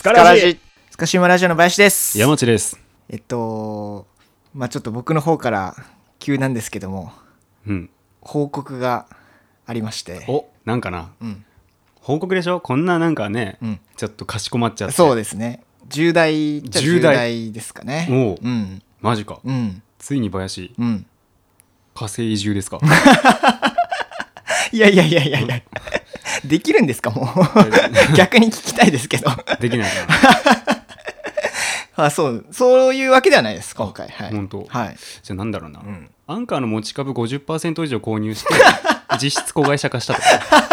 スカラジスカシウマラジオの林です。 山地です。 ちょっと僕の方から急なんですけども、報告がありまして。 なんかな、報告でしょ。こんななんかね、ちょっとかしこまっちゃって。 そうですね、重大ですかね。 マジか、ついに林、火星移住ですか。 いやできるんですかもう逆に聞きたいですけど。 できないかな。そういうわけではないです今回。 本当。 はい。 じゃあなんだろうな、アンカーの持ち株 50% 以上購入して実質子会社化したとか。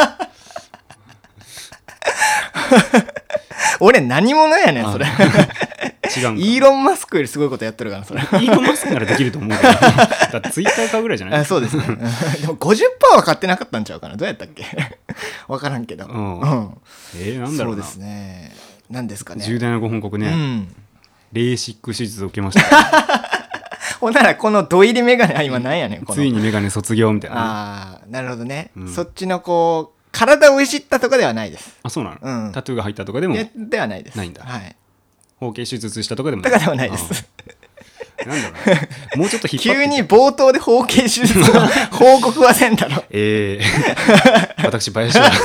俺何者やねんそれ。 違うんか。 イーロン・マスクよりすごいことやってるからそれ。イーロン・マスクならできると思うけど。だってツイッター買うぐらいじゃない。 そうですね。でも 50% は買ってなかったんちゃうかな。どうやったっけ。分からんけど。 なんだろうな。 そうですね。何ですかね。 重大なご報告ね。レーシック手術を受けました。 ほんならこの土入りメガネは今なんやねん。 ついにメガネ卒業みたいな、 ああ、なるほどね。そっちのこう体をいじったとかではないです。 あ、そうなの。タトゥーが入ったとかでもではないです。 ないんだ。 はい。 包茎手術したとかでもない。とかではないです。 なんだろう、もうちょっと引っ張って。 急に冒頭で包茎手術の報告はせんだろ。 私林は。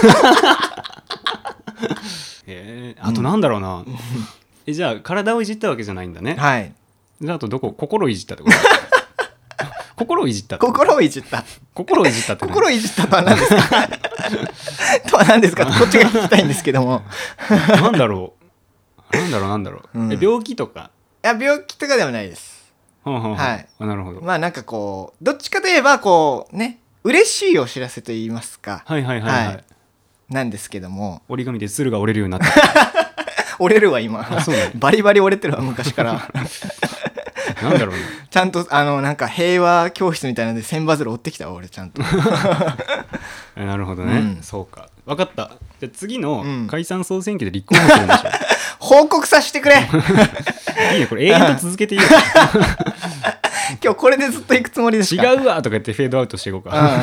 あとなんだろうな。じゃあ体をいじったわけじゃないんだね。 はい。 じゃああと心をいじったってこと。心をいじったってこと。 心をいじった心をいじったって心をいじったとは何ですか。とは何ですか。こっちが聞きたいんですけども。 なんだろう、病気とか。 いや、病気とかではないです。 はい。なるほど。 まあなんかこうどっちかといえばこうね、嬉しいお知らせと言いますか。 はい。 なんですけども、 折り紙で鶴が折れるようになった。 折れるわ今。バリバリ折れてるわ昔から。 なんだろうね。 ちゃんとなんか平和教室みたいなので千羽鶴折ってきたわ俺ちゃんと。 なるほどね。そうか。分かった。じゃあ次の解散総選挙で立候補するんでしょ。 報告させてくれ。 いいね、これ永遠と続けていいよ。 今日これでずっと行くつもりですか。 違うわとか言ってフェードアウトしていこうか。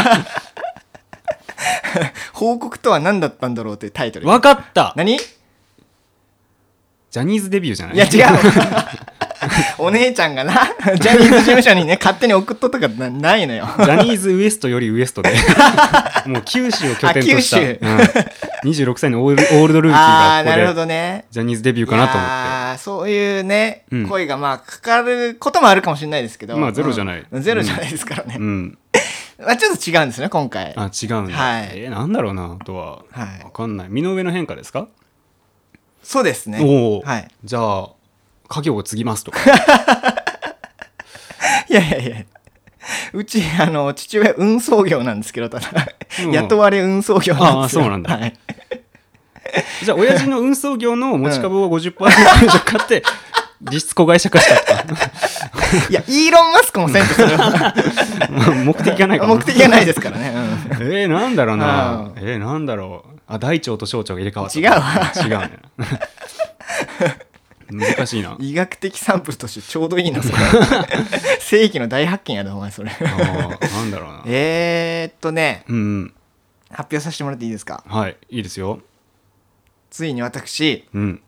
報告とは何だったんだろうというタイトル。 分かった。 何？ ジャニーズデビューじゃない？ いや違う。お姉ちゃんがな、ジャニーズ事務所にね勝手に送っとったかないのよ。 ジャニーズウエストよりウエストでもう九州を拠点とした、26歳のオールドルーキーがここで、なるほどね、ジャニーズデビューかなと思って。 そういうね、声がまあかかることもあるかもしれないですけど、 まあゼロじゃない、 ゼロじゃないですからね。まあちょっと違うんですね今回。 違うんだ。なんだろうなとは分かんない。身の上の変化ですか？ そうですね。 じゃあ家業を継ぎますとか。 いやうち父親運送業なんですけど、ただ雇われ運送業なんですよ。 そうなんだ。じゃあ親父の運送業の持ち株を 50% 以上買って実質子会社化したとか。 いやイーロン・マスクもせんとそれは目的がないから。 目的がないですからね。 なんだろうな。なんだろう。大腸と小腸が入れ替わった。 違うね。難しいな。 医学的サンプルとしてちょうどいいなそれ。世紀の大発見やでお前それ。 なんだろうな。 発表させてもらっていいですか？ はい、いいですよ。 ついに私、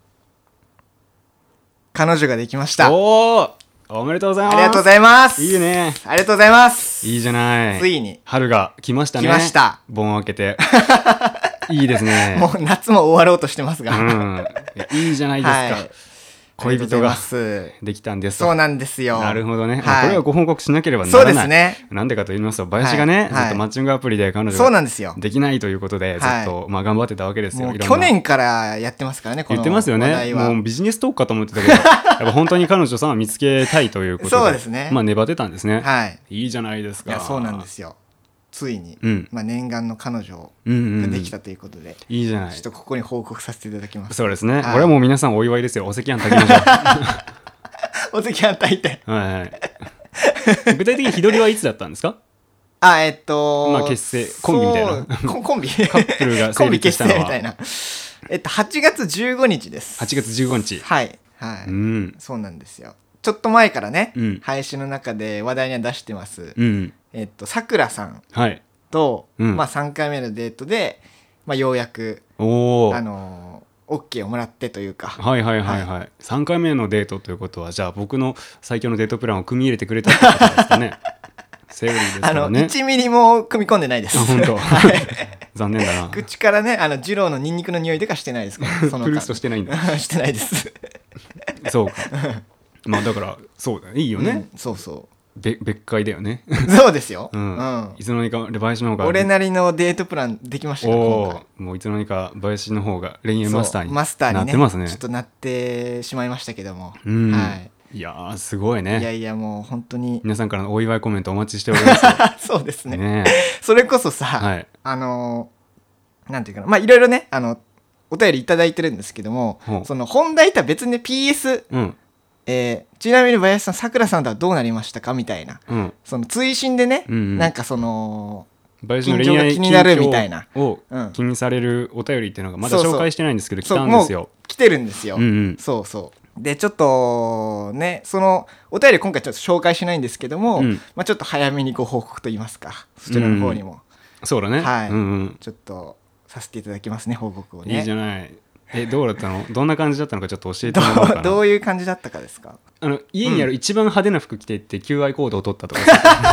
彼女ができました。 おめでとうございます。 ありがとうございます。 いいね。 ありがとうございます。 いいじゃない。 ついに春が来ましたね。 来ました。 盆を開けて。いいですね。 もう夏も終わろうとしてますが。 いいじゃないですか。恋人ができたんです。 そうなんですよ。 なるほどね。これはご報告しなければならない。 そうですね。 なんでかと言いますと、林がね、ずっとマッチングアプリで彼女ができないということで、ずっと頑張ってたわけですよ。 去年からやってますからね、この話題は。 言ってますよね。もうビジネストークかと思ってたけど、やっぱ本当に彼女さんを見つけたいということで、 そうですね。 粘ってたんですね。いいじゃないですか。 そうなんですよ。ついに、念願の彼女ができたということで、 いいじゃない。 ちょっとここに報告させていただきます。 そうですね。これはもう皆さんお祝いですよ。お赤飯炊きましょう。 お赤飯炊いて。 具体的に日取りはいつだったんですか？ 結成コンビみたいな。 コンビカップルが成立したのはコンビ結成みたいな。8月15日です。 8月15日。 はい。そうなんですよ。ちょっと前からね、配信の中で話題には出してます。さくらさんと、3回目のデートで、ようやくお OK をもらってというか、 はいはいはいはい、3回目のデートということはじゃあ僕の最強のデートプランを組み入れてくれたってことですかね。セオリーですからね。 1ミリも組み込んでないです。 本当残念だな。 口からね二郎のニンニクの匂いでかしてないですから、そのプルーストしてないんだ。 してないですそうか。まあだからそうだいいよね、 そうそう別会だよね。 そうですよ、 いつの間にか林の方が俺なりのデートプランできましたから今回。 もういつの間にか林の方が恋愛マスターになってますね。 ちょっとなってしまいましたけども、 いやーすごいね。 いやいやもう本当に皆さんからのお祝いコメントお待ちしておりますそうですねそれこそさ、なんていうかな、まあいろいろねお便りいただいてるんですけども、その本題とは別に PS、ちなみに林さんさくらさんとはどうなりましたかみたいな、その追伸でね、なんかその林の恋愛気になるみたいなを気にされるお便りっていうのがまだ紹介してないんですけど来たんですよ。 来てるんですよ、そうそうでちょっとねそのお便り今回ちょっと紹介しないんですけども、まあ、ちょっと早めにご報告といいますかそちらの方にも、 そうだね、 ちょっとさせていただきますね報告をね。 いいじゃない。どうだったの？どんな感じだったのかちょっと教えてもらおうかな。 どういう感じだったかですか？ 家にある一番派手な服着てってQI コードを取ったとか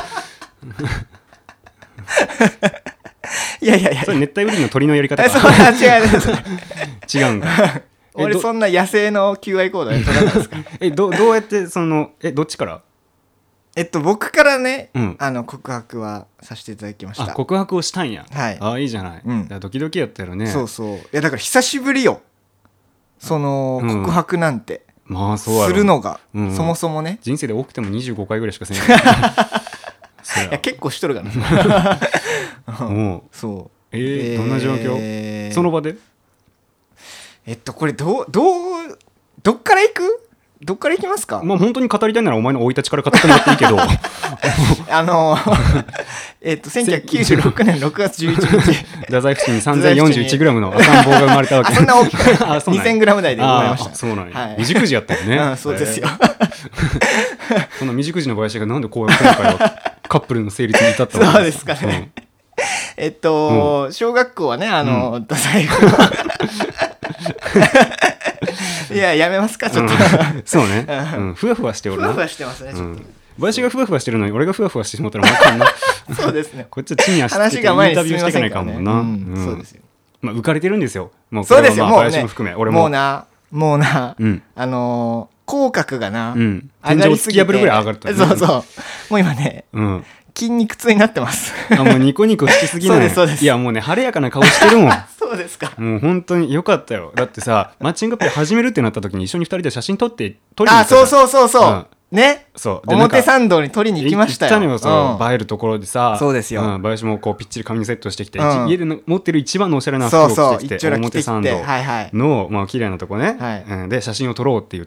いやいやいやそれ熱帯雨林の鳥のやり方か。 それは違う違うんか俺そんな野生の QI コードやってなかったですか？ どうやってどっちから？ 僕からね、告白はさせていただきました。 告白をしたんや。いいじゃない、ドキドキやったよね。 そうそういやだから久しぶりよその告白なんて、 まあそうするのが、そもそもね人生で多くても25回ぐらいしかせんいや結構しとるかなそうどんな状況？その場でこれどっから行く？どっから行きますか？ まあ本当に語りたいならお前の生い立ちから語ってもらっていいけど 1996年6月11日太宰府市に 3041g の赤ん坊が生まれたわけ。 そんな大きく 2000g 台で生まれました。 そうなんや、未熟児やったよねそうですよそんな未熟児の林がなんでこういう今回はカップルの成立に至ったわけそうですかね、小学校はね太宰府いややめますかちょっと、 そうね、ふわふわしておるな。 ふわふわしてますねちょっと、 林がふわふわしてるのに俺がふわふわしてしまったら分かんないそうですねこっちは地に足つけてインタビューしていかないかもな。 そうですよ。 まあ浮かれてるんですよ。もうそうですよ。もう林も含め俺ももうな口角がな天井を突き破るぐらい上がると。 そうそうもう今ね筋肉痛になってます。 もうニコニコしすぎない。 そうです。 いやもうね晴れやかな顔してるもんそうですか。 もう本当によかったよ。だってさマッチングアプリ始めるってなった時に一緒に2人で写真撮りに行った。 そうね、 そう表参道に撮りに行きましたよ。 行ったのよ、映えるところでさ。 そうですよ。 林もこうぴっちり髪にセットしてきて、家で持ってる一番のおしゃれな服を着てきて、表参道のまあ綺麗なとこね、で写真を撮ろうって言って、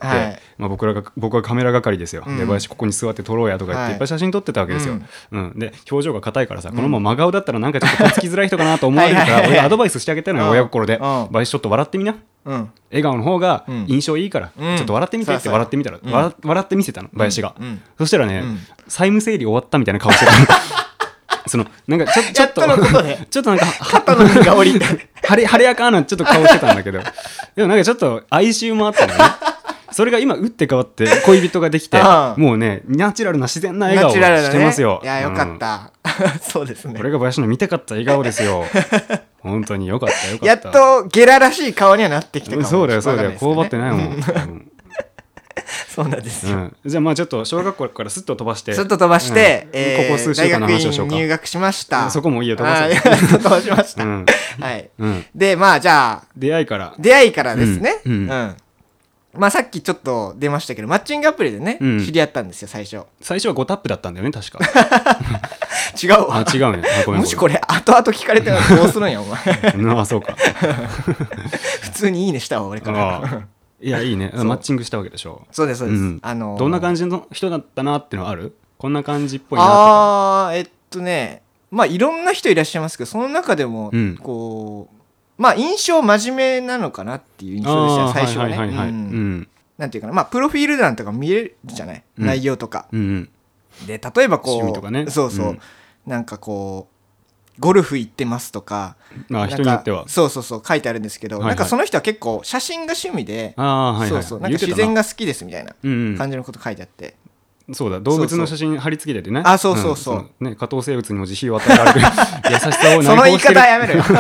まあ僕はカメラ係ですよ。で林ここに座って撮ろうやとか言っていっぱい写真撮ってたわけですよ。で表情が硬いからさ、このまま真顔だったらなんかちょっととっつきづらい人かなと思われるから俺がアドバイスしてあげたのよ、親心で。林ちょっと笑ってみな。笑顔の方が印象いいから、ちょっと笑ってみてって笑ってみたら、笑ってみせたの林が。そしたらね、債務整理終わったみたいな顔してたそのなんかちょっとなんか肩の荷が下りて晴れやかなちょっと顔してたんだけどでもなんかちょっと哀愁もあったのねそれが今打って変わって恋人ができてもうねナチュラルな自然な笑顔をしてますよ。 いやよかった、そうですね。 これが林の見たかった笑顔ですよ本当によかったやっとゲラらしい顔にはなってきたかも。 そうだよこうばってないもんそうなんですよ、 じゃあまあちょっと小学校からスッと飛ばしてここ数週間の話をしようか。大学院入学しました。 そこもいいよ飛ばせ飛ばしました、でまあじゃあ出会いからですね。まあさっきちょっと出ましたけどマッチングアプリでね、知り合ったんですよ。最初は5 タップだったんだよね確か違うわ。 違うね。 もしこれ後々聞かれてるのどうするんやお前そうか普通にいいねしたわ俺からいやいいね。マッチングしたわけでしょ。 そうですそうです、 どんな感じの人だったなってのはある？こんな感じっぽいなとか。 まあいろんな人いらっしゃいますけどその中でもこうまあ印象真面目なのかなっていう印象でしたよ最初はね。なんていうかな、まあプロフィール欄とか見れるじゃない、内容とか、で例えばこう、 趣味とかね、 そうそう、なんかこうゴルフ行ってますとか、 人によってはそう書いてあるんですけど、なんかその人は結構写真が趣味で、なんか自然が好きですみたいな感じのこと書いてあって、 そうだ、動物の写真貼り付けててね、 そうね、下等生物にも慈悲を与えられる優しさをその言い方やめろよ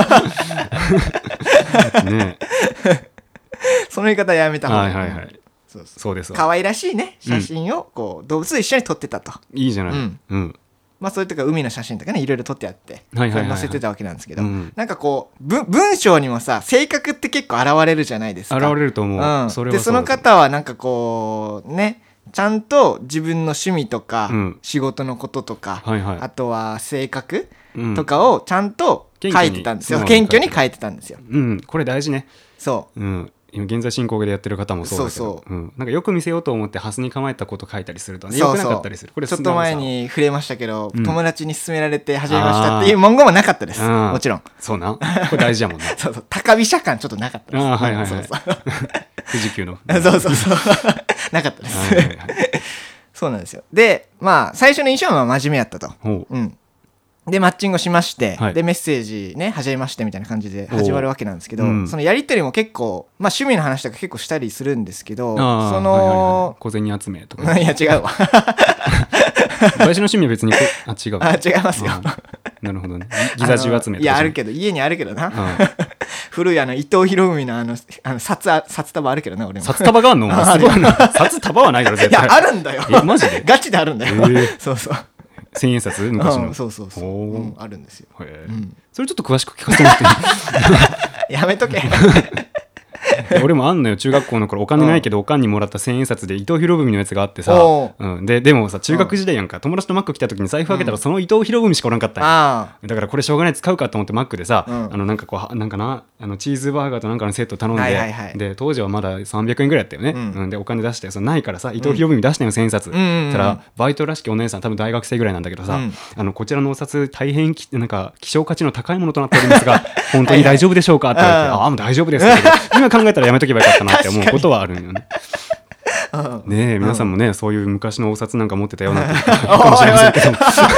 ねその言い方やめた方がいい。 そうです。 可愛らしいね写真をこう動物と一緒に撮ってたと。 いいじゃない。 まあそういうとか海の写真とかねいろいろ撮ってあって載せてたわけなんですけど、なんかこう文章にもさ性格って結構現れるじゃないですか。 現れると思う。 でその方はなんかこうねちゃんと自分の趣味とか仕事のこととか、あとは性格とかをちゃんと書いてたんですよ。謙虚に書いてたんですよ。 これ大事ね。 そう。 今現在進行形でやってる方もそうだけど、なんかよく見せようと思ってハスに構えたこと書いたりするとね、よくなかったりする。これちょっと前に触れましたけど、友達に勧められて始めましたっていう文言もなかったです。もちろん。 そうな。これ大事やもんね。 高飛車感ちょっとなかったです。 富士急の。 なかったです。そうなんですよ。で、まあ最初の印象は真面目やったと。でマッチングをしまして、でメッセージね始めましてみたいな感じで始まるわけなんですけど、そのやり取りも結構、まあ、趣味の話とか結構したりするんですけど、その小銭集めとかいや違うわ私の趣味は別に違いますよなるほどね。ギザ銃集めとかいやあるけど家にあるけどな古い伊藤博文の札束あるけどな俺も。 札束があんのすごいな。札束はないから絶対。 いやあるんだよ。 マジでガチであるんだよ。そう千円札昔の。 そうあるんですよ。 それちょっと詳しく聞かせてもらっていい？ やめとけ俺もあんのよ。中学校の頃お金ないけどおかんにもらった千円札で伊藤博文のやつがあってさ、でもさ中学時代やんか、友達とマック来た時に財布開けたらその伊藤博文しかおらんかったんや。だからこれしょうがない使うかと思ってマックでさ、なんかこうなんかなチーズバーガーとなんかのセット頼んで、で当時はまだ300円ぐらいだったよね。でお金出してないからさ伊藤博文出したよ千円札。たらバイトらしきお姉さん多分大学生ぐらいなんだけどさ、こちらのお札大変なんか希少価値の高いものとなっておりますが本当に大丈夫でしょうかって言われて、もう大丈夫です今考えたらやめとけばよかったなって思うことはあるんよね。ねえ皆さんもねそういう昔のお札なんか持ってたようなかもしれませんけど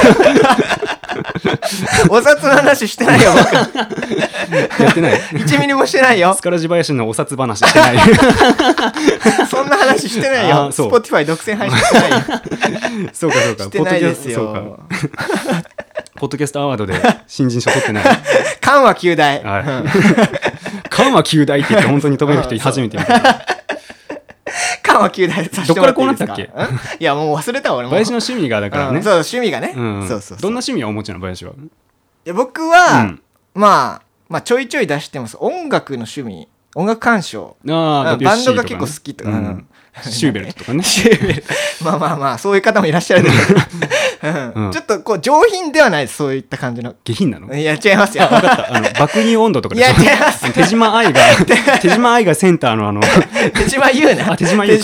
お札の話してないよ僕やってない 1ミリもしてないよ。 スカラジ林のお札話してないそんな話してないよ。Spotify 独占配信してないよそうかしてないですよポッドキャストアワードで新人賞取ってない緩和9大緩和9大って言って本当に飛べる人初めて見た緩和9大させてもらっていいですか。 どっからこうなったっけいやもう忘れたわ俺も。 林の趣味がだからね、 そう趣味がね、そうどんな趣味はお持ちなの林は。いや僕は、まあちょいちょい出してます。音楽の趣味、音楽鑑賞、バンドが結構好きとか、 シューベルトとかねまあそういう方もいらっしゃるんだけどちょっとこう上品ではないです。そういった感じの。 下品なの。 いや違いますよ。 分かった。爆乳温度とかでしょ。 いや違います。 手島愛がセンターの手島優な。 手島優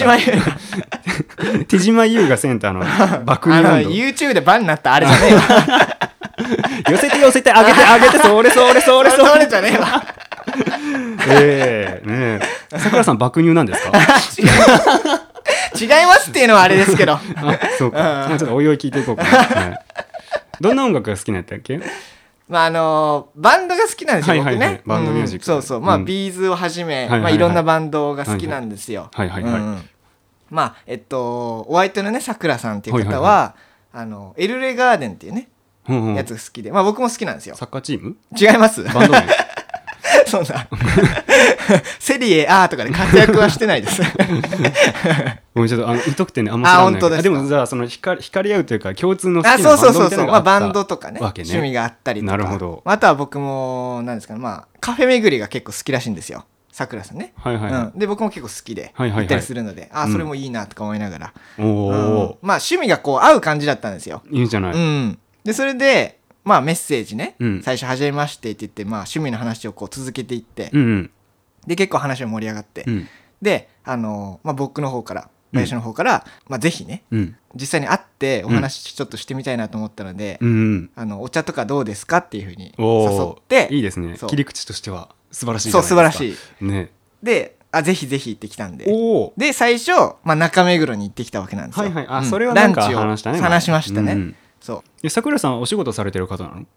がセンターの爆乳温度。 YouTube でバンになったあれじゃねえわ寄せて上げてそれじゃねえわねえさくらさん爆乳なんですか。 違いますっていうのはあれですけどそうか、ちょっとおいおい聞いていこうかな、どんな音楽が好きなんやったっけ。 バンドが好きなんですよ僕ね。 バンドミュージック、 そうビーズをはじめいろんなバンドが好きなんですよ。まあお相手のねさくらさんっていう方はエルレガーデンっていうねやつが好きで、僕も好きなんですよ。 サッカーチーム。 違います。 バンド名そんなセリエ A とかで活躍はしてないですごめんちょっと疎くてねあんま知らないけど。でもじゃあその光り合うというか共通の好きなバンドみたいなのがあったバンドとかね趣味があったりとか。 なるほど。 あとは僕もなんですかね、カフェ巡りが結構好きらしいんですよさくらさんね。で僕も結構好きで行ったりするので、それもいいなとか思いながら、趣味がこう合う感じだったんですよ。 いいじゃない。 でそれでメッセージね、最初初めましてって言って趣味の話をこう続けていって、で結構話が盛り上がって、で僕の方から林の方から、ぜひね、実際に会ってお話ちょっとしてみたいなと思ったので、お茶とかどうですかっていうふうに誘って。 いいですね。切り口としては素晴らしいじゃないですか。そう素晴らしい、 ね、 でぜひぜひ行ってきたんで、で最初、中目黒に行ってきたわけなんですよ。 それはなんか話したね。 話しましたね。そう。 さくらさんはお仕事されてる方なの？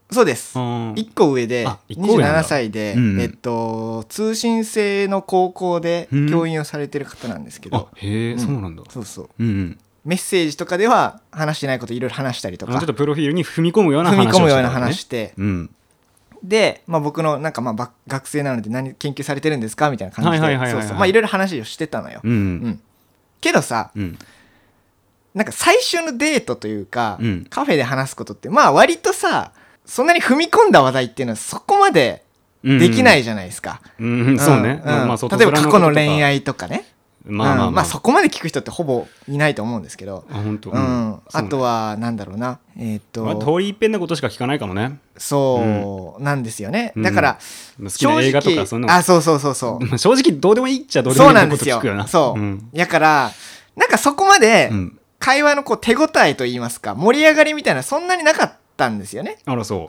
そうです。1個上で27歳で、通信制の高校で教員をされてる方なんですけど、 へえ、そうなんだ。 そうそう、メッセージとかでは話してないこといろいろ話したりとか、 ちょっとプロフィールに踏み込むような話して、で、僕のなんか学生なので何研究されてるんですかみたいな感じで、いろいろ話をしてたのよ。けどさ、なんか最終のデートというか、カフェで話すことって割とさ、そんなに踏み込んだ話題っていうのはそこまでできないじゃないですか。 そうね。 例えば過去の恋愛とかね。そこまで聞く人ってほぼいないと思うんですけど、あとはなんだろうな、 通り一遍のことしか聞かないかもね。 そうなんですよね。だから好きな映画とかそんな、 そう正直どうでもいいっちゃどうでもいいこと聞くよな。 そうだからなんかそこまで会話の手応えといいますか、盛り上がりみたいなそんなになかったんですよね。 あらそう。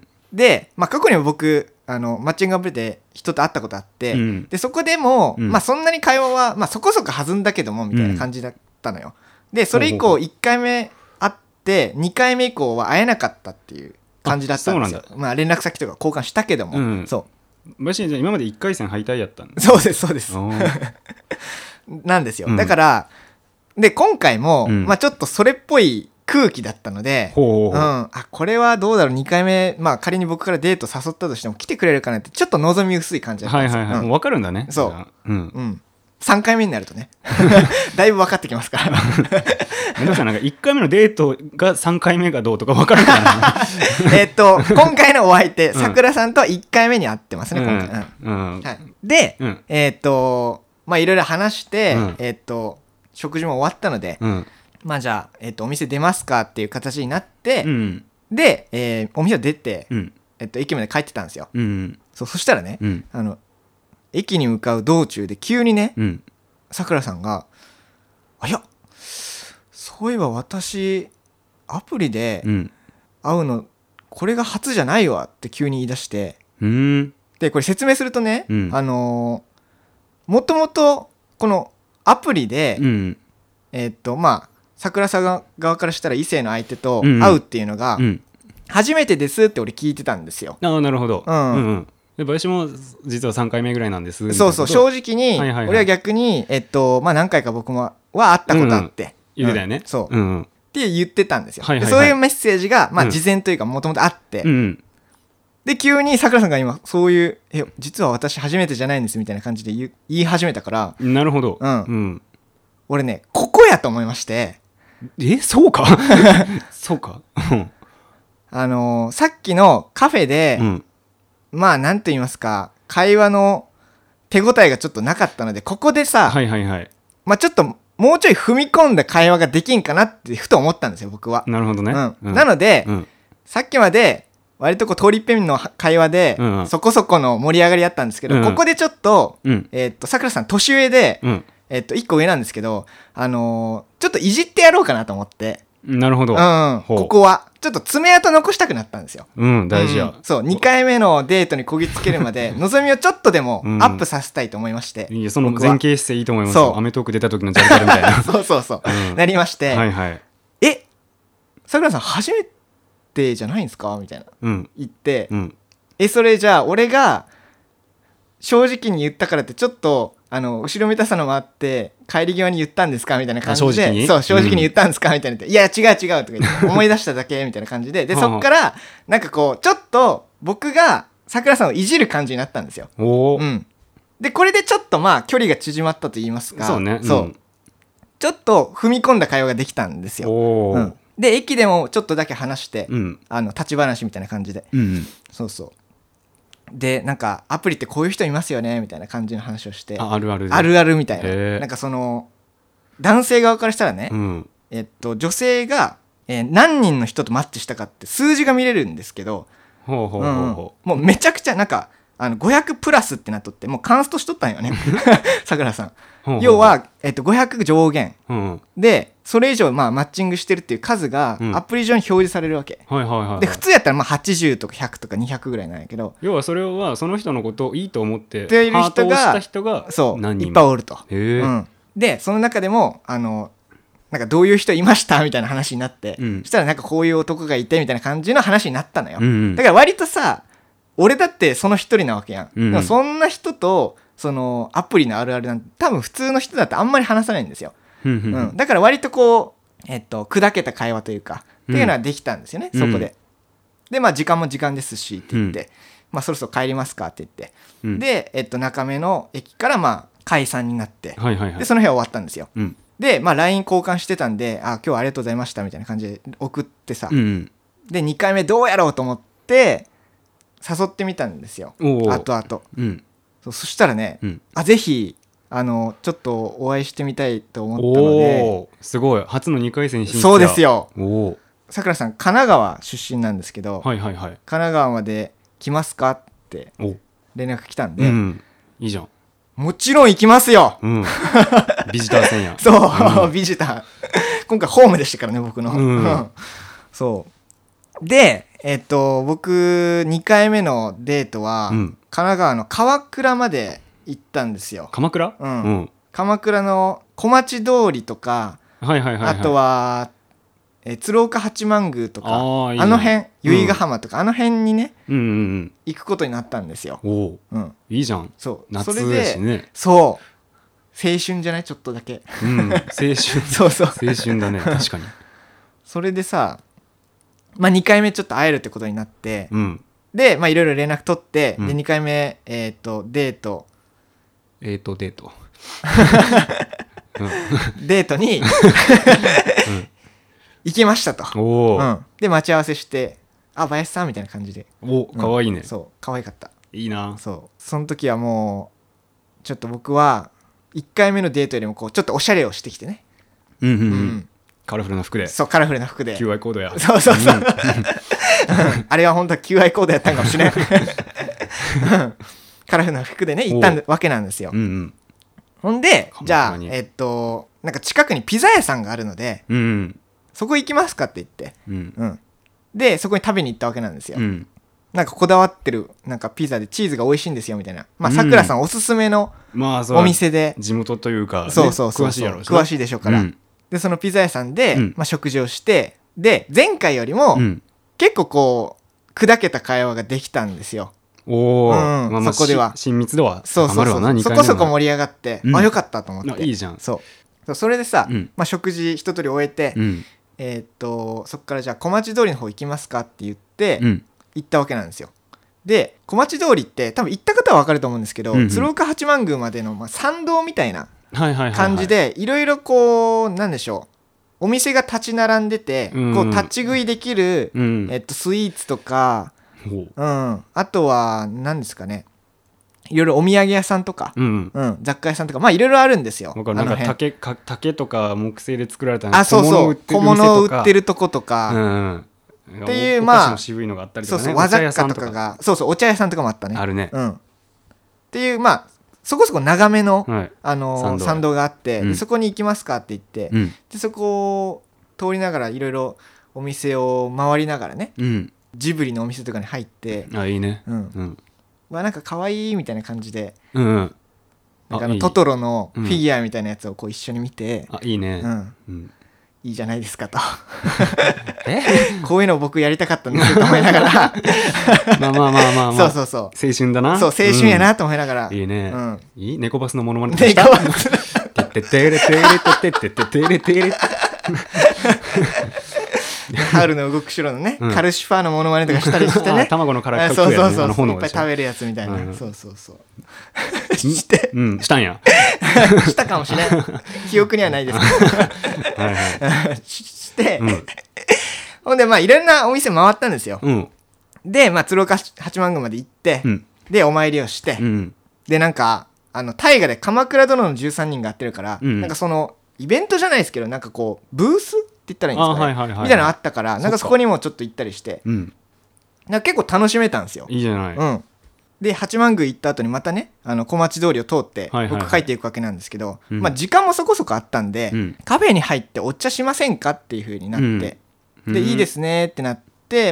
で、過去にも僕マッチングアプリで人と会ったことあって、でそこでも、そんなに会話は、そこそこ弾んだけどもみたいな感じだったのよ。でそれ以降1回目会って2回目以降は会えなかったっていう感じだったんですよ。連絡先とか交換したけども、 そうじゃ今まで1回戦敗退やったんだ。 そうですなんですよ。だからで今回も、ちょっとそれっぽい空気だったので、これはどうだろう、2回目、仮に僕からデート誘ったとしても来てくれるかなってちょっと望み薄い感じだったんですよ。 分かるんだね。 そう、3回目になるとねだいぶ分かってきますからなんか1回目のデートが3回目がどうとか分かるから今回のお相手さくらさんと1回目に会ってますね、今回。で、いろいろ話して、食事も終わったので、じゃあ、お店出ますかっていう形になって、で、お店を出て、駅まで帰ってたんですよ。そしたらね、駅に向かう道中で急にね、さくらさんがいやそういえば私アプリで会うのこれが初じゃないわって急に言い出して、でこれ説明するとね、もともとこのアプリで、さくらさん側からしたら異性の相手と会うっていうのが初めてですって俺聞いてたんですよ。 なるほど。で私も実は3回目ぐらいなんです。 そう正直に俺は逆に何回か僕もは会ったことあって言ってたよね。 そうって言ってたんですよ。そういうメッセージが事前というかもともとあって、で急にさくらさんが今そういう実は私初めてじゃないんですみたいな感じで言い始めたから、 なるほど。 俺ねここやと思いまして。 そうかそうかさっきのカフェで、なんと言いますか、会話の手応えがちょっとなかったので、ここでさ、ちょっともうちょい踏み込んだ会話ができんかなってふと思ったんですよ、僕は。 なるほどね。 なので、さっきまで割と通りっぺんの会話で、そこそこの盛り上がりあったんですけど、ここでちょっと、さくらさん年上で、1個上なんですけど、ちょっといじってやろうかなと思って。 なるほど。 ここはちょっと爪痕残したくなったんですよ。 大事や。 そう2回目のデートにこぎつけるまで望みをちょっとでもアップさせたいと思いまして、 いやその前傾姿勢いいと思いますよ。アメトーク出た時のジャルジャルみたいなそうなりまして、さくらさん初めてじゃないんですかみたいな言って、それじゃあ俺が正直に言ったからってちょっと後ろめたさのもあって帰り際に言ったんですかみたいな感じで、正直に言ったんですかみたいな、いや違うとか言って思い出しただけみたいな感じでそっからなんかこうちょっと僕がさくらさんをいじる感じになったんですよ。でこれでちょっと距離が縮まったと言いますか、ちょっと踏み込んだ会話ができたんですよ。で駅でもちょっとだけ話して、立ち話みたいな感じで、でなんかアプリってこういう人いますよねみたいな感じの話をして、 あるあるみたいな、なんかその男性側からしたらね、女性が、何人の人とマッチしたかって数字が見れるんですけど、もうめちゃくちゃなんか500プラスってなっとってもうカンストしとったんよねさくらさん。要は、500上限、でそれ以上マッチングしてるっていう数がアプリ上に表示されるわけ、で普通やったら80とか100とか200ぐらいなんやけど、 要はそれはその人のことをいいと思ってハートをした人がそういっぱいおると。でその中でもなんかどういう人いましたみたいな話になって、そしたらなんかこういう男がいてみたいな感じの話になったのよ、だから割とさ俺だってその一人なわけやん、でもそんな人とそのアプリのあるあるなんて多分普通の人だってあんまり話さないんですよ、だから割とこう、砕けた会話というかっていうのはできたんですよね、そこで。でまあ時間も時間ですしって言って、まあそろそろ帰りますかって言って、で、中目の駅からまあ解散になって、でその日は終わったんですよ、でまあ LINE 交換してたんで、あ今日はありがとうございましたみたいな感じで送ってさ、で2回目どうやろうと思って誘ってみたんですよ、後々、そしたらね、ぜひちょっとお会いしてみたいと思ったので、 すごい初の2回戦進出。 そうですよ。さくらさん神奈川出身なんですけど、神奈川まで来ますかって連絡来たんで、 いいじゃん。 もちろん行きますよ、 ビジター戦や。 そう、ビジター今回ホームでしたからね僕の、そうで僕2回目のデートは、神奈川の川倉まで行ったんですよ。 鎌倉？ 鎌倉の小町通りとか、あとは鶴岡八幡宮とか、あの辺由比ヶ浜とか、あの辺にね、行くことになったんですよ。 いいじゃん。 そう夏だしね。 そう青春じゃないちょっとだけ。 青春そう青春だね確かに。 それでさ、まあ2回目ちょっと会えるってことになって、でまあいろいろ連絡取って、で2回目デートデートに行きましたと、で待ち合わせして、林さんみたいな感じで、 かわいいね。 そう可愛かった。 いいな。 その時はもうちょっと僕は1回目のデートよりもこうちょっとおしゃれをしてきてね、 カラフルな服で。 そうカラフルな服で QI コードや。 そうあれは本当は QI コードやったんかもしれないカラフルな服でね行ったわけなんですよ、ほんでじゃあなんか近くにピザ屋さんがあるので、そこ行きますかって言って、でそこに食べに行ったわけなんですよ、なんかこだわってるなんかピザでチーズが美味しいんですよみたいな、まあさくらさんおすすめのお店で、 地元というか、 詳しいやろ、詳しいでしょうから、でそのピザ屋さんで、まあ、食事をして、で前回よりも、結構こう砕けた会話ができたんですよ。そこでは親密度は高まるわな。 そこそこ盛り上がって、よかったと思って。 いいじゃん。 それでさ、まあ、食事一通り終えて、そこからじゃあ小町通りの方行きますかって言って、行ったわけなんですよ。で小町通りって多分行った方は分かると思うんですけど、鶴岡八幡宮までの、まあ、参道みたいな感じで、いろいろこうなんでしょう、お店が立ち並んでて、こう立ち食いできる、スイーツとか、あとは何ですかね、いろいろお土産屋さんとか、雑貨屋さんとか、まあいろいろあるんですよ。 なんか竹とか木製で作られた小物を売ってるとことか、っていうまあ和雑貨とかが、お茶屋さんとかもあったね。 あるね。 っていうまあそこそこ長めの参道があって、そこに行きますかって言って、でそこを通りながらいろいろお店を回りながらね、ジブリのお店とかに入って、 いいね。 なんか可愛いみたいな感じで、なんかトトロのフィギュアみたいなやつをこう一緒に見て、 いいね。 いいじゃないですかとこういうの僕やりたかったんですよと思いながらまあそう青春だな。 そう青春やなと思いながら、 いいね。いい猫バスのモノマネでしたててれてれててててれてれ春の動く城のね、カルシファーのモノマネとかしたりしてね、 卵の殻そういっぱい食べるやつみたいな、してしたんやしたかもしれん、記憶にはないですけどして、ほんでまあいろんなお店回ったんですよ。でまあ鶴岡八幡宮まで行って、でお参りをして、でなんか大河で鎌倉殿の13人がやってるから、なんかそのイベントじゃないですけど、なんかこうブースって言ったらいいんですかね、みたいなのあったから、なんかそこにもちょっと行ったりして、なんか結構楽しめたんですよ。 いいじゃない。 で八幡宮行った後にまたね小町通りを通って僕帰っていくわけなんですけど、まあ時間もそこそこあったんで、カフェに入ってお茶しませんかっていう風になって、でいいですねってなって、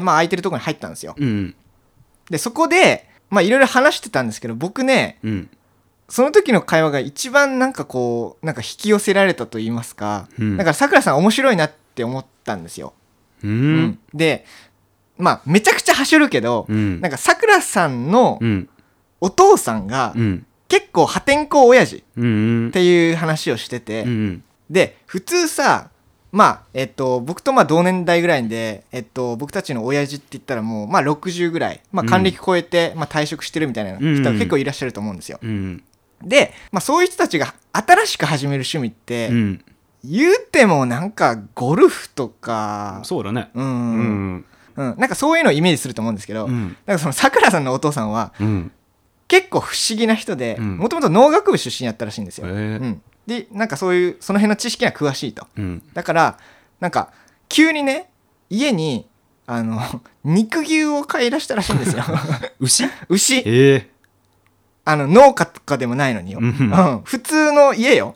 まあ空いてるところに入ったんですよ。でそこでまあいろいろ話してたんですけど、僕ね、 その時の会話が一番なんかこうなんか引き寄せられたと言いますか、だからさくらさん面白いなって思ったんですよ。でまあめちゃくちゃはしょるけど、なんかさくらさんのお父さんが結構破天荒親父っていう話をしてて、で普通さまあ僕とまあ同年代ぐらいで、僕たちの親父って言ったらもうまあ60ぐらい、まあ、還暦超えて、まあ、退職してるみたいな人が結構いらっしゃると思うんですよ。で、まあ、そういう人たちが新しく始める趣味って、言うてもなんかゴルフとかそうだねなんかそういうのをイメージすると思うんですけど、なんかそのさくらさんのお父さんは、結構不思議な人でもともと農学部出身やったらしいんですよ。でなんかそういうその辺の知識には詳しいと、だからなんか急にね家に肉牛を飼い出したらしいんですよ牛、農家とかでもないのによ、普通の家よ。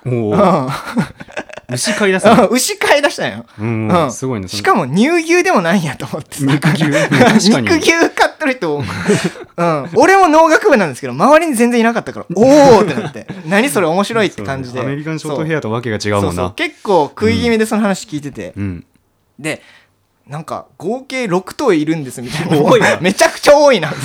牛飼い出す牛飼い出したんよ、 すごいね。 しかも乳牛でもないんやと思ってさ肉牛肉牛飼ってる人、俺も農学部なんですけど周りに全然いなかったからおーってなって何それ面白いって感じで、 アメリカンショートヘアとわけが違うもんな。 そう結構食い気味でその話聞いてて、でなんか合計6頭いるんですみたいな多いなめちゃくちゃ多いな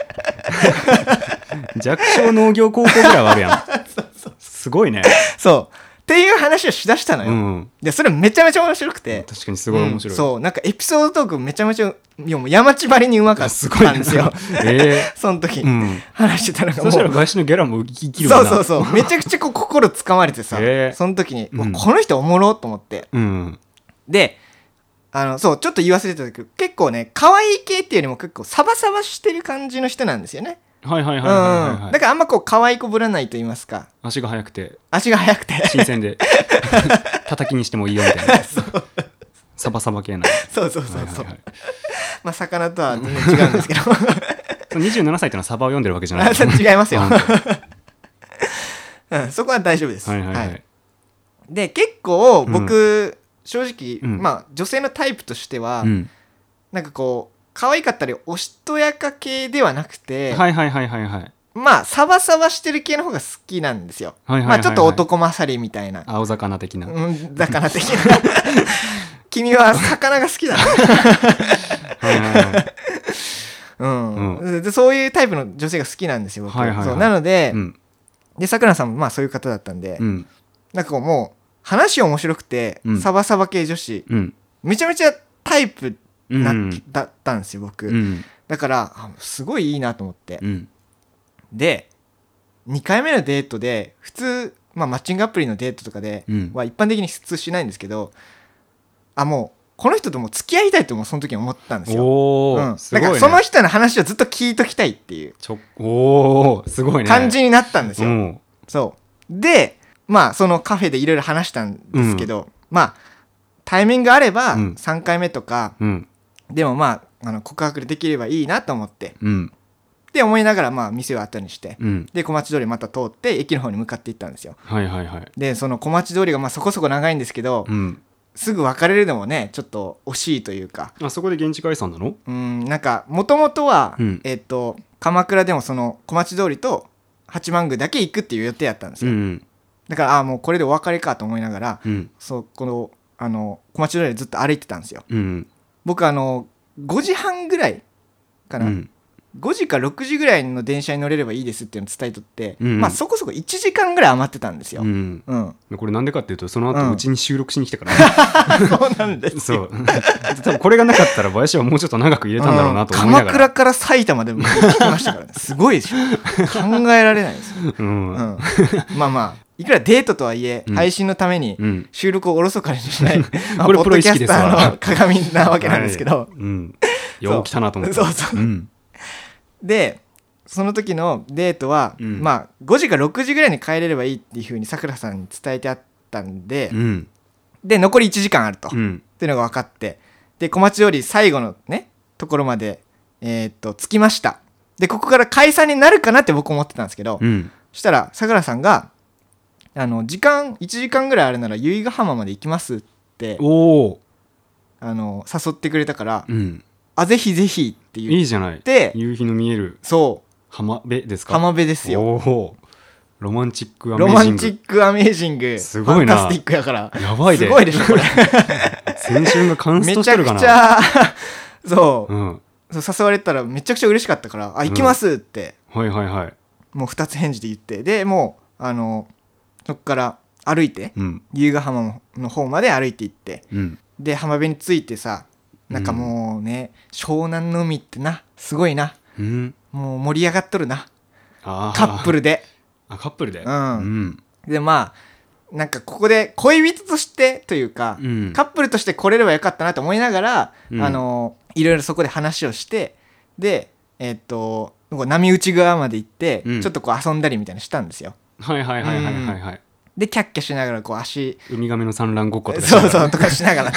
弱小農業高校ぐらいはあるやんすごいね。 そうっていう話をしだしたのよ、でそれめちゃめちゃ面白くて、 確かにすごい面白い、 そうなんかエピソードトークめちゃめちゃ山地張りにうまかったんですよその時、話してたのがもうそしたら林のギャラも生きるもんな。 そうめちゃくちゃこう心つかまれてさ、その時に、この人おもろと思って、でそうちょっと言い忘れてたけど結構ね可愛い系っていうよりも結構サバサバしてる感じの人なんですよね。だからあんまこう可愛い子ぶらないと言いますか、 足が速くて新鮮で叩きにしてもいいよみたいなサバサバ系な。 そうまあ魚とは全然違うんですけど 27歳ってのはサバを読んでるわけじゃない違いますよそこは大丈夫です。で結構僕、正直、まあ女性のタイプとしては、なんかこう可愛かったりおしとやか系ではなくて、まあサバサバしてる系の方が好きなんですよ。まあちょっと男勝りみたいな、 青魚的な、 魚的な君は魚が好きだなでそういうタイプの女性が好きなんですよ僕。そうなので、でさくらさんもまあそういう方だったんで、なんかこうもう話面白くて、サバサバ系女子、めちゃめちゃタイプだったんですよ僕、だからすごいいいなと思って、で2回目のデートで普通、まあ、マッチングアプリのデートとかでは一般的に普通しないんですけど、もうこの人とも付き合いたいともその時に思ったんですよ。だからその人の話をずっと聞いときたいっていうすごいね感じになったんですよ。そうでまあそのカフェでいろいろ話したんですけど、まあタイミングあれば3回目とか、でもまあ告白できればいいなと思って、で思いながらまあ店を後にして、で小町通りまた通って駅の方に向かって行ったんですよ。でその小町通りがまあそこそこ長いんですけど、すぐ別れるのもねちょっと惜しいというか。 そこで現地解散なの？ なんかもともとは、鎌倉でもその小町通りと八幡宮だけ行くっていう予定やったんですよ。だからもうこれでお別れかと思いながら、この小町通りでずっと歩いてたんですよ。僕5時半ぐらいかな、5時か6時ぐらいの電車に乗れればいいですっていうのを伝えとって、まあそこそこ1時間ぐらい余ってたんですよ。 これなんでかっていうとその後うちに収録しに来てからそうなんですよ。 多分これがなかったら林はもうちょっと長く入れたんだろうなと思いながら、 鎌倉から埼玉でも聞きましたからねすごいでしょ考えられないですよ。まあまあいくらデートとはいえ、配信のために収録をおろそかにしない、 これプロ意識ですわ。 ポッドキャスターの鏡なわけなんですけど、 よう来たなと思って。 でその時のデートは、まあ5時か6時ぐらいに帰れればいいっていう風にさくらさんに伝えてあったんで、で残り1時間あると、っていうのが分かって、で小町通り最後のねところまで着きました。でここから解散になるかなって僕思ってたんですけど、そしたらさくらさんが時間1時間ぐらいあるなら由比ヶ浜まで行きますって誘ってくれたから、ぜひぜひって言って。 いいじゃない、夕日の見えるそう浜辺ですか？ 浜辺ですよ。 ロマンチックアメージング。 ロマンチックアメージング。 すごいな。 ファンタスティックやから。 やばいで。 すごいでしょ、これ。 青春がカンストしてるかな。 めちゃくちゃ、そう、うん、そう誘われたらめちゃくちゃ嬉しかったから、あ、行きますって、 うん、はいはいはい。 もう2つ返事で言って、で、もう、そっから歩いて、うん、由比ヶ浜の方まで歩いて行って、うん、で、浜辺に着いてさ、なんかもうね、湘南の海ってな、すごいな。うん、もう盛り上がっとるな。カップルで。 カップルで。 うん。うん、で、まあ、なんかここで恋人としてというか、うん、カップルとして来れればよかったなと思いながら、うん、いろいろそこで話をして、で、波打ち側まで行って、うん、ちょっとこう遊んだりみたいなしたんですよ。 はいはいはいはいはい、はい。 でキャッキャしながらこうウミガメの産卵ごっことかそうそうとかしながらね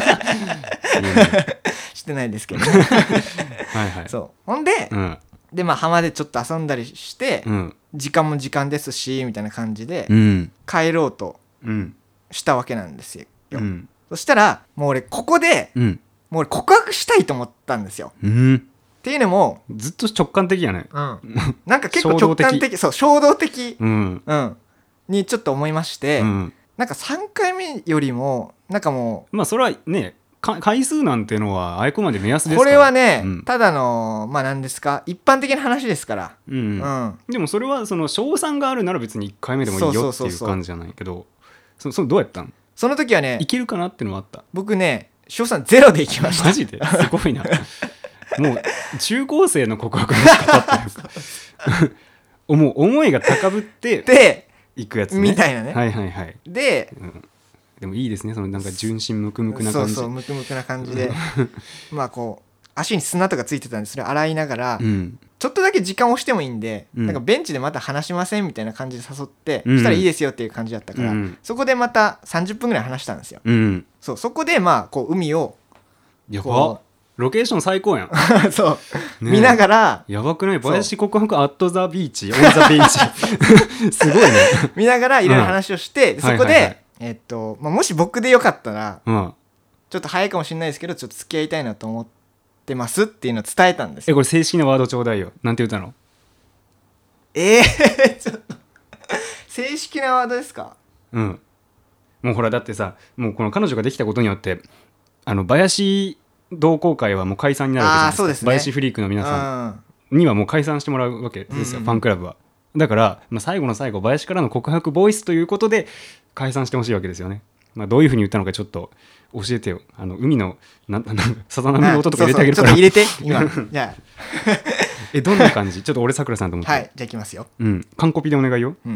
してないですけどねはい、はい、そうほんで、うん、でまあ浜でちょっと遊んだりして、うん、時間も時間ですしみたいな感じで、うん、帰ろうとしたわけなんですよ、うん、そしたらもう俺ここで、うん、もう俺告白したいと思ったんですよ、うん、っていうのもずっと直感的やね、 うん、なんか結構直感的そう衝動的、うんうんにちょっと思いまして、うん、なんか3回目よりもなんかもうまあそれはね回数なんてのはあいこまで目安ですからこれはね、うん、ただのまあ何ですか一般的な話ですから、うんうん、でもそれはその賞賛があるなら別に1回目でもいいよっていう感じじゃないけどそどうやったんその時はねいけるかなってのはあった僕ね賞賛ゼロでいきましたマジですごいなもう中高生の告白の仕方っていうかもう思いが高ぶってで行くやつねみたいなねはいはいはいで、 うん、でもいいですねそのなんか純真ムクムクな感じそうムクムクな感じでまあこう足に砂とかついてたんでそれ洗いながら、うん、ちょっとだけ時間をしてもいいんで、うん、なんかベンチでまた話しませんみたいな感じで誘って、うん、したらいいですよっていう感じだったから、うん、そこでまた30分ぐらい話したんですよ、うん、そこでまあこう海をやばロケーション最高やんそう、ね、見ながらやばくない林告白アットザビーチオンザビーチすごいね見ながらいろいろ話をして、うん、そこで、はいはいはいまあ、もし僕でよかったら、うん、ちょっと早いかもしれないですけどちょっと付き合いたいなと思ってますっていうのを伝えたんですよこれ正式なワードちょうだいよなんて言ったのちょっと正式なワードですかうんもうほらだってさもうこの彼女ができたことによって林同好会はもう解散になるわけじゃないですか。そうですね、林フリークの皆さんにはもう解散してもらうわけですよ、ファンクラブは。だから、まあ、最後の最後林からの告白ボイスということで解散してほしいわけですよね、まあ、どういうふうに言ったのかちょっと教えてよ海のさざ波の音とか入れてあげるからちょっと入れて今じゃあどんな感じちょっと俺さくらさんと思ってはいじゃあいきますよ完コピでお願いよ、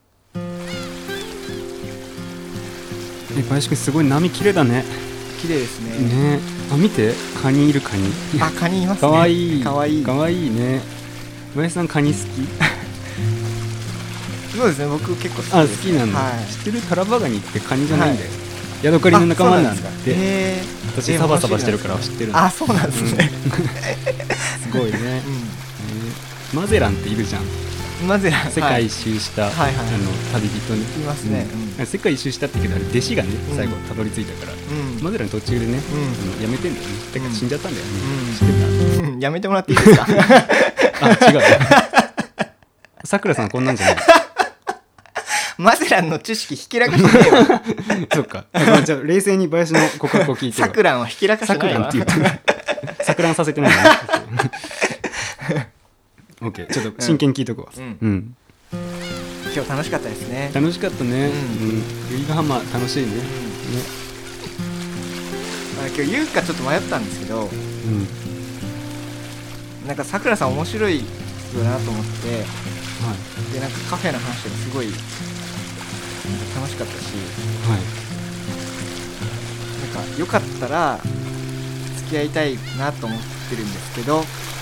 林くんすごい波綺麗だね綺麗ですね。 ねあ見てカニいるカニ。 あカニいますね。 かわいい。 かわいい。 かわいいね。林さんカニ好き？ そうですね僕結構好きです。 あ好きなんだ。はい、知ってるタラバガニってカニじゃないんだよ。ヤドカリの仲間なんだって。私サバサバしてるから知ってる。 あそうなんですね。 すごいね。マゼランっているじゃん。 マゼラン世界一周した、旅人にいますね、 世界一周したってけど弟子がね最後たどり着いたから、マゼラン途中でね、やめてんだよねだから死んじゃったんだよね、 知ってた、やめてもらっていいですかあ違うさくらさんこんなんじゃないマゼランの知識ひきらかしてないわそっかじゃあ冷静に林の告白を聞いてさくらんはひきらかしてないわさくらんって言ってさくらんさせてないのオッケーちょっと真剣聞いとくわ、今日楽しかったですね楽しかったね由比ヶ浜楽しいね、 今日言うかちょっと迷ったんですけど、なんかさくらさん面白い人だなと思って、でなんかカフェの話がすごいなんか楽しかったし、なんかよかったら付き合いたいなと思ってるんですけど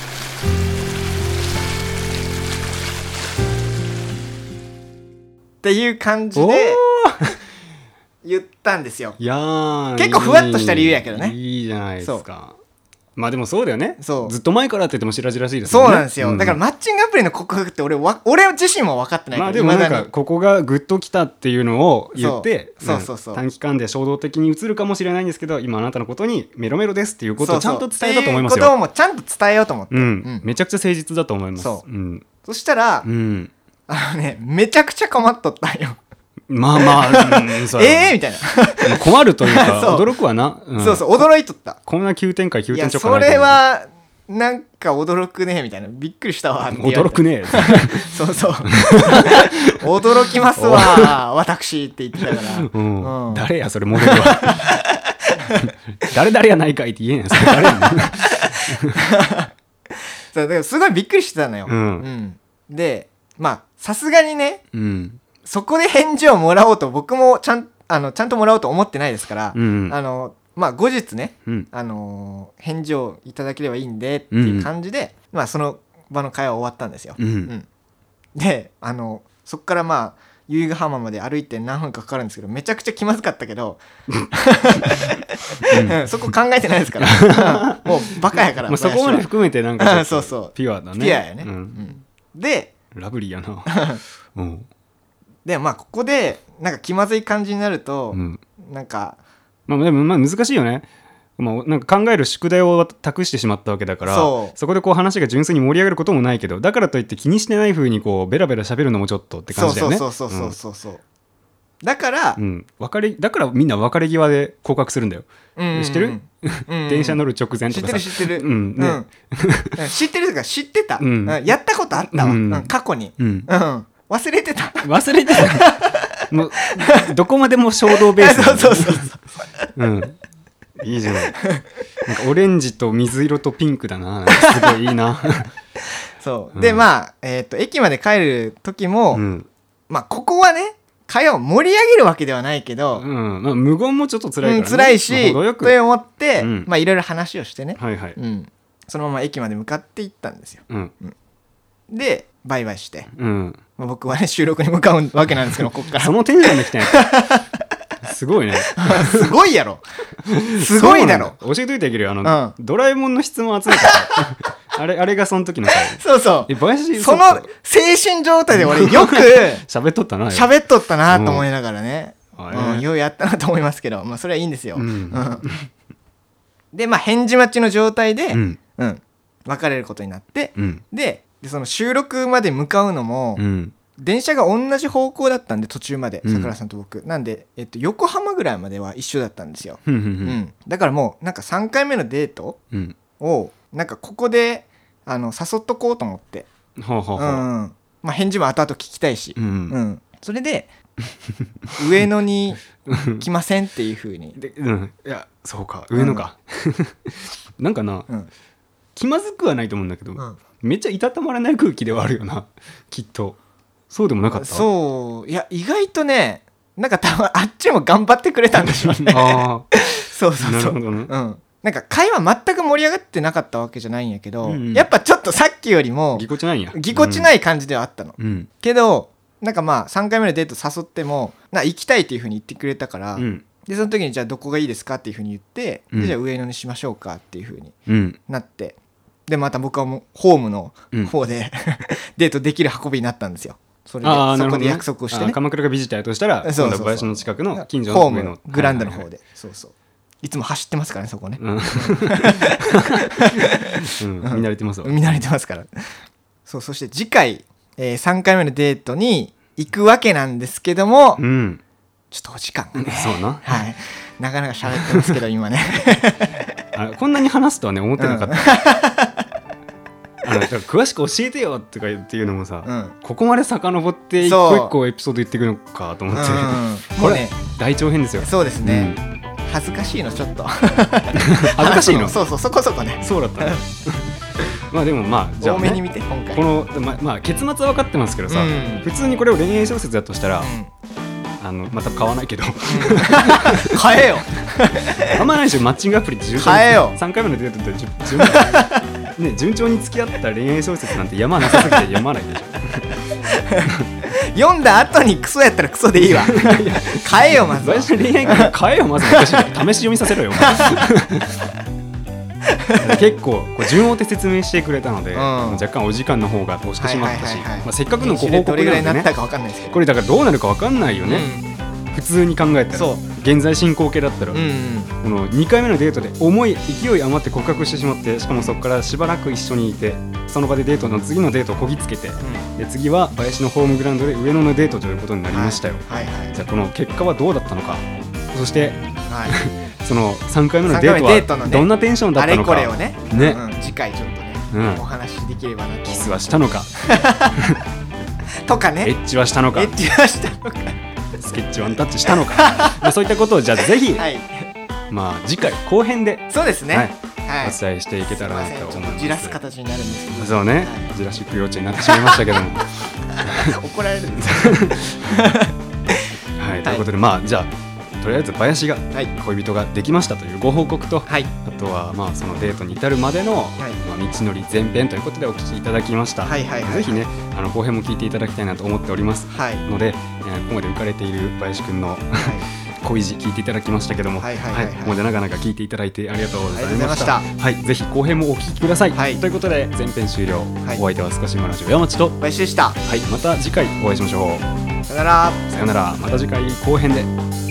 っていう感じで言ったんですよ。 いやー結構ふわっとした理由やけどね。 いいじゃないですか。まあでもそうだよね。ずっと前からって言っても白々しいですよね。そうなんですよ、だからマッチングアプリの告白って俺自身も分かってないから。 まあでもなんかここがグッときたっていうのを言って短期間で衝動的に映るかもしれないんですけど今あなたのことにメロメロですっていうことをちゃんと伝えたと思いますよ。 そういうこともちゃんと伝えようと思って、 めちゃくちゃ誠実だと思います。 そしたら、 めちゃくちゃ困っとったんよ。 まあまあ、 みたいな。 困るというか驚くわな、 そうそう驚いとった。 こんな急展開急転直下ない。それはなんか驚くねみたいな、びっくりしたわ。 驚くねそうそう驚きますわ私って言ってたから、 誰やそれモデルは誰やないかいって言えないそれ誰やねんそうだからすごいびっくりしてたのよ、でまあさすがにね、そこで返事をもらおうと僕もちゃんともらおうと思ってないですから、まあ後日ね、返事をいただければいいんでっていう感じで、まあその場の会話は終わったんですよ、でそこからまあ由比ヶ浜まで歩いて何分かかかるんですけど、めちゃくちゃ気まずかったけどそこ考えてないですからもうバカやからそこまで含めてなんかそうそうピュアだね。 ピュアやね、でラブリーやなでまあここでなんか気まずい感じになると、なんかでも難しいよね。なんか考える宿題を託してしまったわけだから、そこでこう話が純粋に盛り上がることもないけど、だからといって気にしてない風にこうベラベラ喋るのもちょっとって感じだよね。 そうだから、 だからみんな別れ際で告白するんだよ。知ってる？電車乗る直前とかさ。 知ってる知ってるとか知ってた、やったことあったわ、過去に、忘れてたもうどこまでも衝動ベースそういいじゃない。なんかオレンジと水色とピンクだな。すごいいいな。 そうで、まあ駅まで帰る時も、まあここはね会話を盛り上げるわけではないけど、 無言もちょっと辛いからね、 辛いしと思って、まあいろいろ話をしてね、そのまま駅まで向かって行ったんですよ、でバイバイして、僕はね収録に向かうわけなんですけどこっからそのテンションで来たんやすごいねすごいやろすごいだろ。 教えといてあげるよドラえもんの質問集めたあれがその時の回。 そうその精神状態で俺よく喋っとったなと思いながらね、ようやったなと思いますけど、まあそれはいいんですよ、でまあ返事待ちの状態で、別れることになって、でその収録まで向かうのも、電車が同じ方向だったんで途中まで、桜さんと僕なんで、横浜ぐらいまでは一緒だったんですよ、だからもうなんか3回目のデートをなんかここで誘っとこうと思って、まあ返事も後々聞きたいし、それで上野に来ませんっていう風にいやそうか上野か、なんかな、気まずくはないと思うんだけど、めっちゃいたたまらない空気ではあるよなきっと。そうでもなかった？ そういや意外とねなんか多分あっちも頑張ってくれたんでしょうねそうなるほどね、 なんか会話全く盛り上がってなかったわけじゃないんやけど、やっぱちょっとさっきよりもぎこちない感じではあったの、けどなんかまあ3回目のデート誘っても行きたいっていう風に言ってくれたから、でその時にじゃあどこがいいですかっていう風に言って、でじゃあ上野にしましょうかっていう風になって、でまた僕はもうホームの方で、デートできる運びになったんですよ。それでそこで約束をしてね。 鎌倉がビジターとしたら今度は林の近くの近所のホームのグランドの方で、いつも走ってますからねそこね、見慣れてますわ。 見慣れてますから。そして次回、3回目のデートに行くわけなんですけども、ちょっとお時間がね、なかなか喋ってますけど今ねこんなに話すとはね思ってなかった、詳しく教えてよとかっていうのもさ、ここまで遡って一個一個エピソード言っていくのかと思って、 もうね大長編ですよ。 そうですね、恥ずかしいのちょっと恥ずかしいのそこそこね。 そうだったねまあでもまあじゃあ、 多めに見て今回このまあ結末は分かってますけどさ、普通にこれを恋愛小説だとしたら、また買わないけど買えよあんまないでしょマッチングアプリで買えよ。 3回目のデートで順調に付き合った恋愛小説なんて山なさすぎて読まないでしょ読んだ後にクソやったらクソでいいわ買えよまずは。 最初恋愛買えよまず。試し読みさせろよ結構こう順を追って説明してくれたので、若干お時間の方が押してしまったし、せっかくのご報告なんでね、これだからどうなるか分かんないよね、普通に考えたら。現在進行形だったら、この2回目のデートで勢い余って告白してしまって、しかもそこからしばらく一緒にいて、その場でデートの次のデートをこぎつけて、 で次は林のホームグラウンドで上野のデートということになりましたよ。じゃあこの結果はどうだったのか、そして、その3回目のデートはどんなテンションだったのか、 あれこれをね、次回ちょっとね、お話しできればなと。 キスはしたのかとかね、 エッチはしたのか、 エッチはしたのか、 スケッチワンタッチしたのかそういったことをじゃあぜひ、まあ次回後編でそうですね、 お伝えしていけたらなと思います。 じらす形になるんですけど、 そうね、ジュラシック幼稚園になってしまいましたけども怒られるんですはい、ということで、まあじゃあとりあえず林が恋人ができましたというご報告と、あとはまあそのデートに至るまでの道のり前編ということでお聞きいただきました。ぜひね、後編も聞いていただきたいなと思っておりますので、ここまで浮かれている林くんの恋路聞いていただきましたけども、ここまで長々聞いていただいてありがとうございました。ぜひ後編もお聞きください。ということで前編終了。お相手は少しマラジオ山地と林でした。 また次回お会いしましょう。 さよなら。 さよなら。また次回後編で。